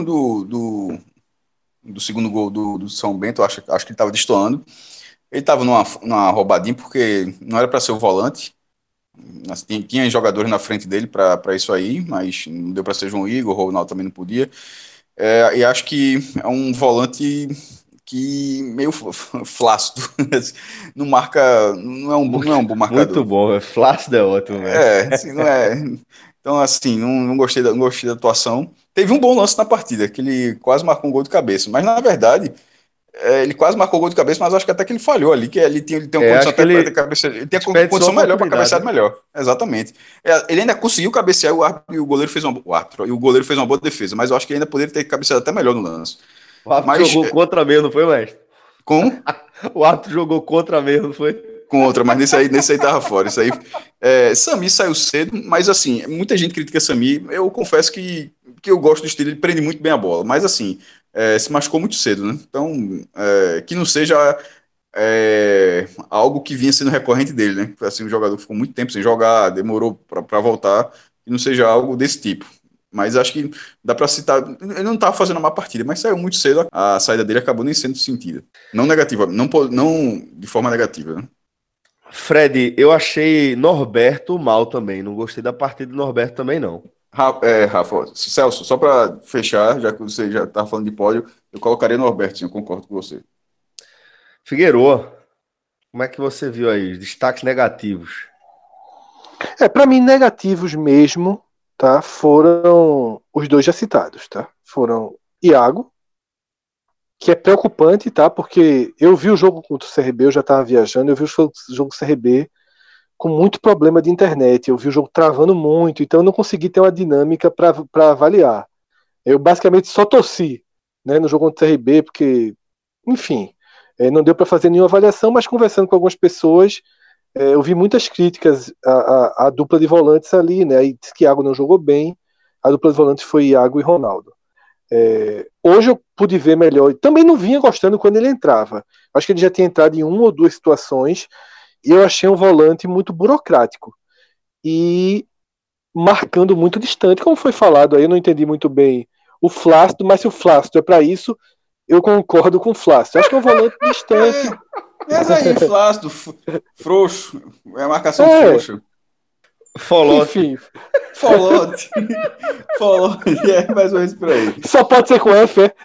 do segundo gol do São Bento, acho que ele estava destoando. Ele estava numa roubadinha porque não era para ser o volante. Tinha jogadores na frente dele para isso aí, mas não deu para ser João Igor, o Ronaldo também não podia. E acho que é um volante que meio flácido. Não marca, não é um bom marcador. Muito bom, flácido é ótimo, velho. Assim, não é. Então, assim, não gostei não gostei da atuação. Teve um bom lance na partida, que ele quase marcou um gol de cabeça. Mas, na verdade, ele quase marcou o gol de cabeça, mas acho que até que ele falhou ali, que ele tem uma condição Acho que até para ter ele cabeça, ele tem a desperdiçou condição a melhor para cabecear oportunidade, né? melhor. Exatamente. Ele ainda conseguiu cabecear e o goleiro fez uma boa defesa, mas eu acho que ele ainda poderia ter cabeceado até melhor no lance. O árbitro Mas jogou contra mesmo, não foi, mestre? com O árbitro jogou contra mesmo, não foi? com outra, mas nesse aí tava fora. Isso aí, Sami saiu cedo, mas assim, muita gente critica Sami. Eu confesso que eu gosto do estilo, ele prende muito bem a bola, mas assim, se machucou muito cedo, né? Então, que não seja algo que vinha sendo recorrente dele, né? Assim, um jogador que ficou muito tempo sem jogar, demorou para voltar, que não seja algo desse tipo. Mas acho que dá para citar. Ele não estava fazendo uma má partida, mas saiu muito cedo. A saída dele acabou nem sendo sentida. Não negativa, não de forma negativa, né? Fred, eu achei Norberto mal também. Não gostei da partida do Norberto também, não. Rafa, Celso, só para fechar, já que você já está falando de pódio, eu colocaria Norberto, sim, eu concordo com você. Figueroa, como é que você viu aí? Os destaques negativos. Para mim, negativos mesmo, tá? Foram os dois já citados, tá? Foram Iago, que é preocupante, tá? Porque eu vi o jogo contra o CRB, eu já estava viajando, eu vi o jogo CRB com muito problema de internet, eu vi o jogo travando muito, então eu não consegui ter uma dinâmica para avaliar. Eu basicamente só torci, né, no jogo contra o CRB, porque, enfim, não deu para fazer nenhuma avaliação, mas conversando com algumas pessoas, eu vi muitas críticas à dupla de volantes ali, né? Aí disse que Iago não jogou bem, a dupla de volantes foi Iago e Ronaldo. Hoje eu pude ver melhor. Também não vinha gostando quando ele entrava. Acho que ele já tinha entrado em uma ou duas situações e eu achei um volante muito burocrático e marcando muito distante, como foi falado aí. Eu não entendi muito bem o Flácido, mas se o Flácido é para isso, eu concordo com o Flácido. Acho que é um volante distante. Mas aí, flácido, frouxo, é a marcação frouxa. Folote. Enfim. Folote, mais ou menos por aí. Só pode ser com F, é?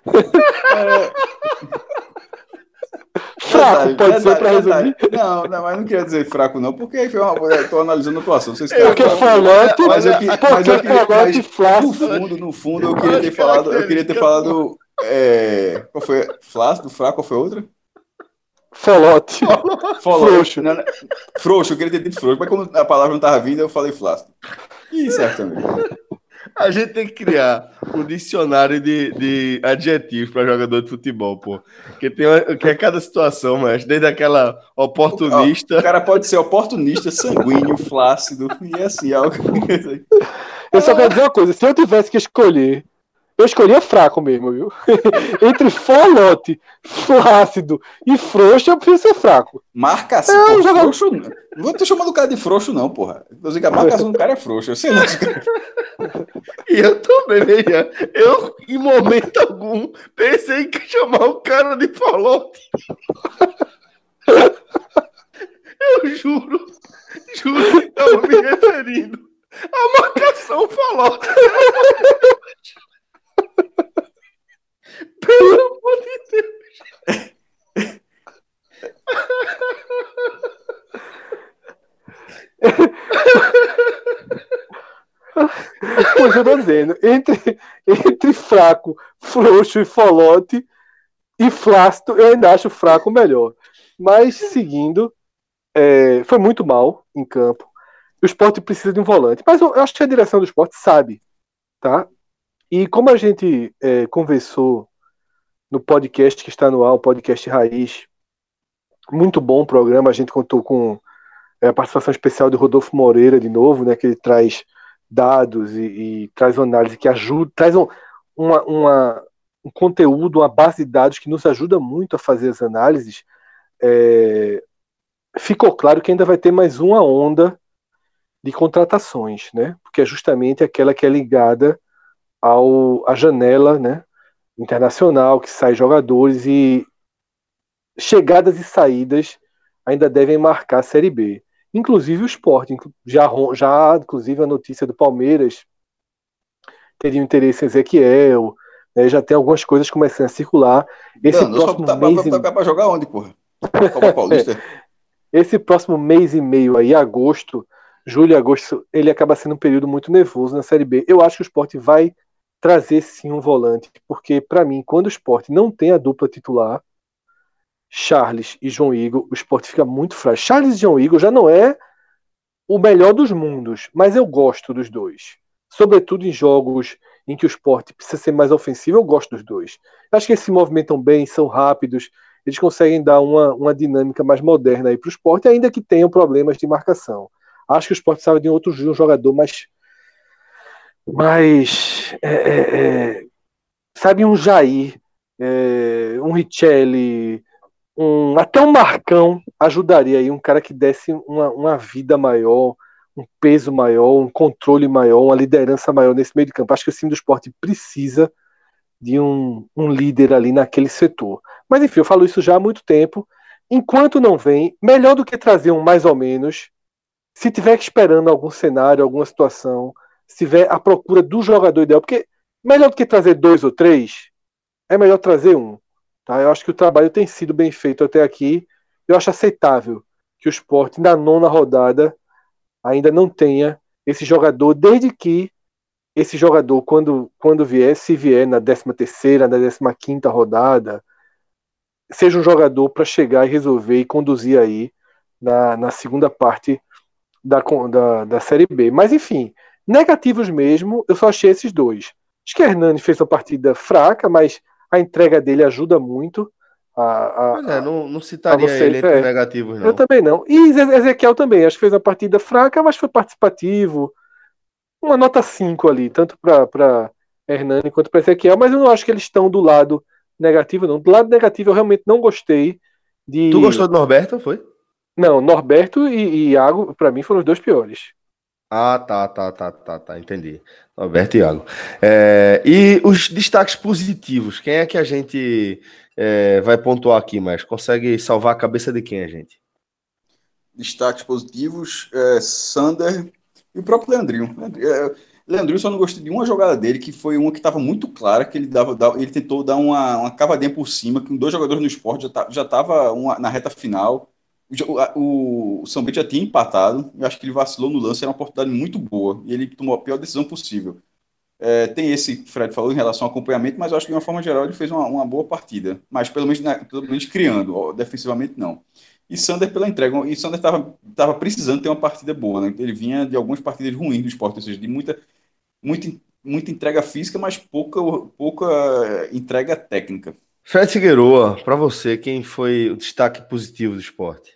Fraco, pode ser para resumir. Não, mas não queria dizer fraco, não, porque aí estou analisando a atuação. Vocês Porque Folote, mas Flácido. no fundo, eu queria ter falado. Qual foi? Flácido, fraco, qual foi a outra? Folote. Frouxo. Frouxo, eu queria ter dito frouxo, mas como a palavra não estava vindo, eu falei flácido. E certamente. A gente tem que criar um dicionário de adjetivos para jogador de futebol, pô. Que que é cada situação, mas desde aquela oportunista. O cara pode ser oportunista, sanguíneo, flácido, e assim, algo. Eu só quero dizer uma coisa: se eu tivesse que escolher, eu escolhia fraco mesmo, viu? Entre Folote, flácido e frouxo, eu prefiro ser fraco. Marcação, frouxo. Não vou ter chamado o cara de frouxo, não, porra. A marcação do cara é frouxa. Sei lá. E eu também, veja. Eu, em momento algum, pensei que chamar o cara de Folote. Eu juro que estava me referindo à marcação Folote. Pelo amor de Deus. Pois eu tô dizendo, entre fraco, frouxo e Folote e flácido, eu ainda acho fraco melhor. Mas seguindo, foi muito mal em campo. O Sport precisa de um volante. Mas eu acho que a direção do Sport sabe, tá? E como a gente conversou no podcast que está no ar, o podcast Raiz, muito bom o programa, a gente contou com a participação especial de Rodolfo Moreira de novo, né, que ele traz dados e traz uma análise que ajuda, traz um conteúdo, uma base de dados que nos ajuda muito a fazer as análises. Ficou claro que ainda vai ter mais uma onda de contratações, né, porque é justamente aquela que é ligada à janela, né, internacional, que sai jogadores e chegadas e saídas ainda devem marcar a Série B. Inclusive o Sport, já inclusive a notícia do Palmeiras teria um interesse em Ezequiel, né? Já tem algumas coisas começando a circular. Esse Danou só próximo pra mês e... pra jogar onde, porra? Copa Paulista? Esse próximo mês e meio aí, agosto, julho e agosto, ele acaba sendo um período muito nervoso na Série B. Eu acho que o Sport vai trazer sim um volante, porque para mim, quando o Sport não tem a dupla titular, Charles e João Igor, o Sport fica muito frágil. Charles e João Igor já não é o melhor dos mundos, mas eu gosto dos dois. Sobretudo em jogos em que o Sport precisa ser mais ofensivo, eu gosto dos dois. Eu acho que eles se movimentam bem, são rápidos, eles conseguem dar uma dinâmica mais moderna aí para o Sport, ainda que tenham problemas de marcação. Acho que o Sport precisava de de um jogador mais sabe, um Jair, um Richelli, até um Marcão ajudaria aí, um cara que desse uma vida maior, um peso maior, um controle maior, uma liderança maior nesse meio de campo. Acho que o time do Sport precisa de um líder ali naquele setor. Mas enfim, eu falo isso já há muito tempo. Enquanto não vem, melhor do que trazer um mais ou menos, se tiver esperando algum cenário, alguma situação, se tiver à procura do jogador ideal, porque melhor do que trazer dois ou três, é melhor trazer um. Tá? Eu acho que o trabalho tem sido bem feito até aqui. Eu acho aceitável que o Sport, na nona rodada, ainda não tenha esse jogador, desde que esse jogador, quando vier, se vier na 13ª, na 15ª rodada, seja um jogador para chegar e resolver e conduzir aí na segunda parte da Série B. Mas, enfim, negativos mesmo, eu só achei esses dois. Acho que Hernani fez uma partida fraca, mas a entrega dele ajuda muito Pois é, a, não a citaria ele você. entre os negativos, Eu não. também não. E Ezequiel também, acho que fez uma partida fraca, mas foi participativo. Uma nota 5 ali, tanto para Hernani quanto para Ezequiel, mas eu não acho que eles estão do lado negativo, não. Do lado negativo, eu realmente não gostei Tu de. gostou do Norberto, foi? Não, Norberto e Iago, para mim, foram os dois piores. Ah, tá, entendi. Norberto e Iago. E os destaques positivos, quem é que a gente vai pontuar aqui, mas consegue salvar a cabeça de quem, a gente? Destaques positivos, Sander e o próprio Leandrinho. Leandrinho só não gostei de uma jogada dele, que foi uma que estava muito clara, que ele tentou dar uma cavadinha por cima, com dois jogadores no esporte, já estava na reta final. O São Bento já tinha empatado, eu acho que ele vacilou no lance, era uma oportunidade muito boa, e ele tomou a pior decisão possível. Tem esse que o Fred falou em relação ao acompanhamento, mas eu acho que de uma forma geral ele fez uma boa partida. Mas pelo menos criando, ó, defensivamente não. E Sander pela entrega. E Sander estava precisando ter uma partida boa, né? Ele vinha de algumas partidas ruins do esporte, ou seja, de muita, muita entrega física, mas pouca entrega técnica. Fred Figueroa, para você, quem foi o destaque positivo do esporte?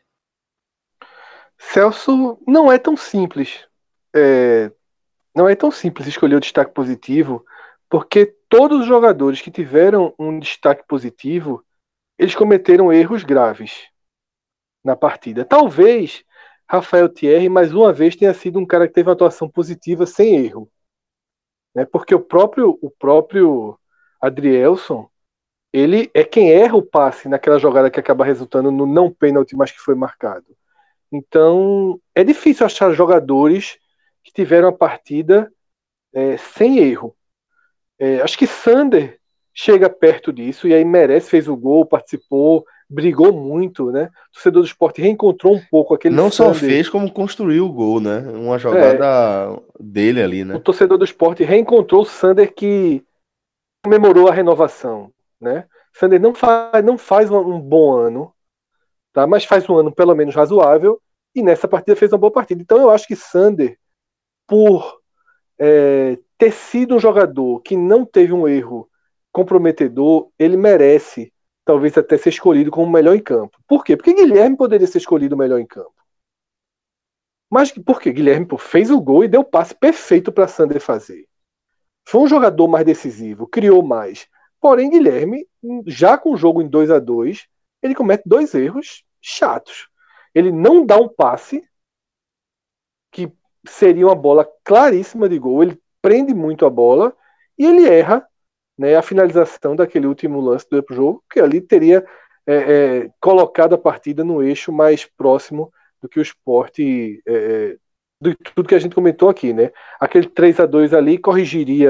Celso não é tão simples. É, não é tão simples escolher o destaque positivo, porque todos os jogadores que tiveram um destaque positivo, eles cometeram erros graves na partida. Talvez Rafael Thierry, mais uma vez, tenha sido um cara que teve uma atuação positiva sem erro. Né? Porque o próprio Adrielson, ele é quem erra o passe naquela jogada que acaba resultando no não pênalti, mas que foi marcado. Então, é difícil achar jogadores que tiveram a partida sem erro. Acho que Sander chega perto disso e aí merece, fez o gol, participou, brigou muito, né? O torcedor do Sport reencontrou um pouco aquele Não só Sander. fez, como construiu o gol, né? Uma É, jogada dele ali, o né? torcedor do Sport reencontrou o Sander que comemorou a renovação, né? Sander não faz um bom ano, tá? Mas faz um ano pelo menos razoável e nessa partida fez uma boa partida. Então eu acho que Sander, por ter sido um jogador que não teve um erro comprometedor, ele merece talvez até ser escolhido como o melhor em campo. Por quê? Porque Guilherme poderia ser escolhido o melhor em campo. Mas por quê? Guilherme fez o gol e deu o passe perfeito para Sander fazer. Foi um jogador mais decisivo, criou mais. Porém, Guilherme, já com o jogo em 2-2, ele comete dois erros chatos. Ele não dá um passe, que seria uma bola claríssima de gol, ele prende muito a bola e ele erra, né, a finalização daquele último lance do jogo, que ali teria colocado a partida no eixo mais próximo do que o Sport, de tudo que a gente comentou aqui, né? Aquele 3-2 ali corrigiria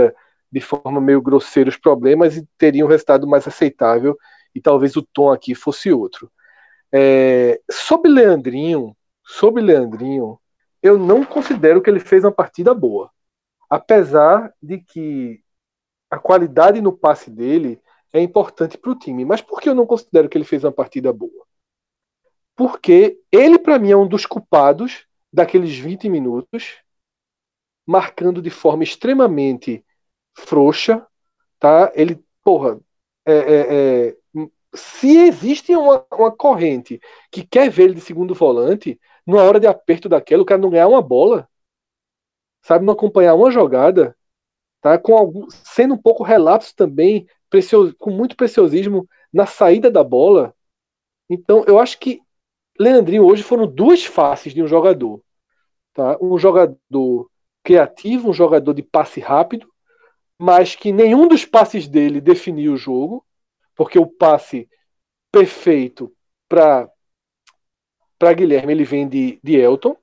de forma meio grosseira os problemas e teria um resultado mais aceitável, e talvez o tom aqui fosse outro. Sobre Leandrinho, eu não considero que ele fez uma partida boa. Apesar de que a qualidade no passe dele é importante para o time. Mas por que eu não considero que ele fez uma partida boa? Porque ele, para mim, é um dos culpados daqueles 20 minutos, marcando de forma extremamente frouxa, tá? Ele, se existe uma corrente que quer ver ele de segundo volante, numa hora de aperto daquela, o cara não ganhar uma bola, sabe, não acompanhar uma jogada, tá? Sendo um pouco relapso também, com muito preciosismo na saída da bola. Então, eu acho que Leandrinho hoje foram duas faces de um jogador, tá? Um jogador criativo, um jogador de passe rápido, mas que nenhum dos passes dele definiu o jogo, porque o passe perfeito para Guilherme ele vem de Elton.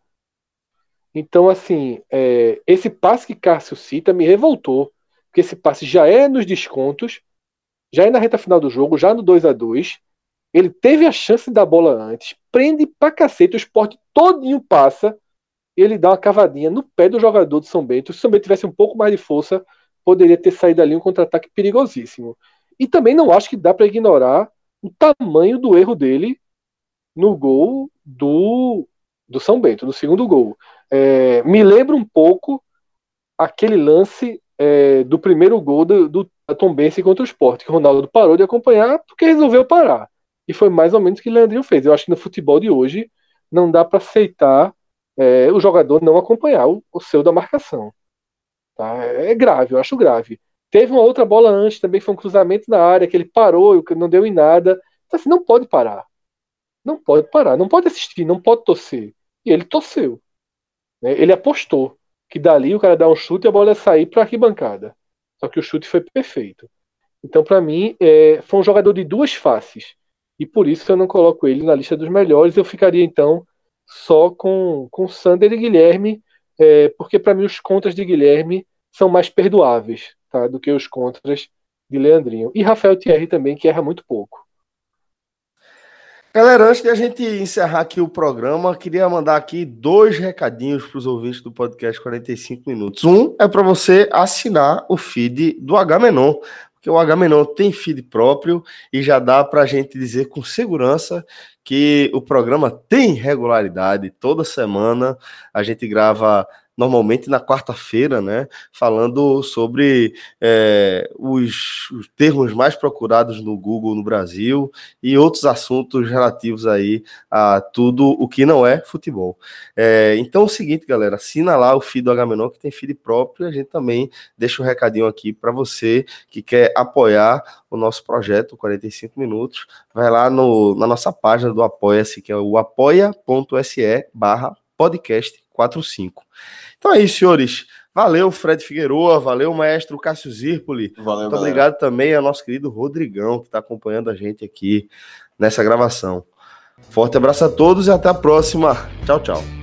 Então, assim, esse passe que Cássio cita me revoltou, porque esse passe já é nos descontos, já é na reta final do jogo, já no 2-2. Ele teve a chance da bola antes, prende pra cacete, o Sport todinho passa, e ele dá uma cavadinha no pé do jogador do São Bento. Se o São Bento tivesse um pouco mais de força, poderia ter saído ali um contra-ataque perigosíssimo. E também não acho que dá para ignorar o tamanho do erro dele no gol do São Bento, no segundo gol. Me lembra um pouco aquele lance do primeiro gol do Tombense contra o Sport, que o Ronaldo parou de acompanhar porque resolveu parar. E foi mais ou menos o que o Leandrinho fez. Eu acho que no futebol de hoje não dá para aceitar o jogador não acompanhar o seu da marcação. Tá? É grave, eu acho grave. Teve uma outra bola antes, também foi um cruzamento na área, que ele parou, não deu em nada. Então, assim, não pode parar. Não pode parar, não pode assistir, não pode torcer. E ele torceu. Né? Ele apostou que dali o cara dá um chute e a bola ia sair para a arquibancada. Só que o chute foi perfeito. Então, para mim, foi um jogador de duas faces. E por isso eu não coloco ele na lista dos melhores. Eu ficaria, então, só com Sander e Guilherme, porque para mim os contras de Guilherme são mais perdoáveis, tá, do que os contras de Leandrinho. E Rafael Thierry também, que erra muito pouco. Galera, antes de a gente encerrar aqui o programa, queria mandar aqui 2 recadinhos para os ouvintes do podcast 45 Minutos. Um é para você assinar o feed do Agamenon, porque o Agamenon tem feed próprio e já dá para a gente dizer com segurança que o programa tem regularidade. Toda semana a gente grava normalmente na quarta-feira, né, falando sobre os termos mais procurados no Google no Brasil e outros assuntos relativos aí a tudo o que não é futebol. Então é o seguinte, galera, assina lá o feed do Agamenon, que tem feed próprio, e a gente também deixa um recadinho aqui para você que quer apoiar o nosso projeto 45 Minutos, vai lá na nossa página do Apoia-se, que é o apoia.se/podcast45. Então é isso, senhores. Valeu, Fred Figueroa. Valeu, maestro Cássio Zirpoli. Valeu, muito obrigado também ao nosso querido Rodrigão, que está acompanhando a gente aqui nessa gravação. Forte abraço a todos e até a próxima. Tchau, tchau.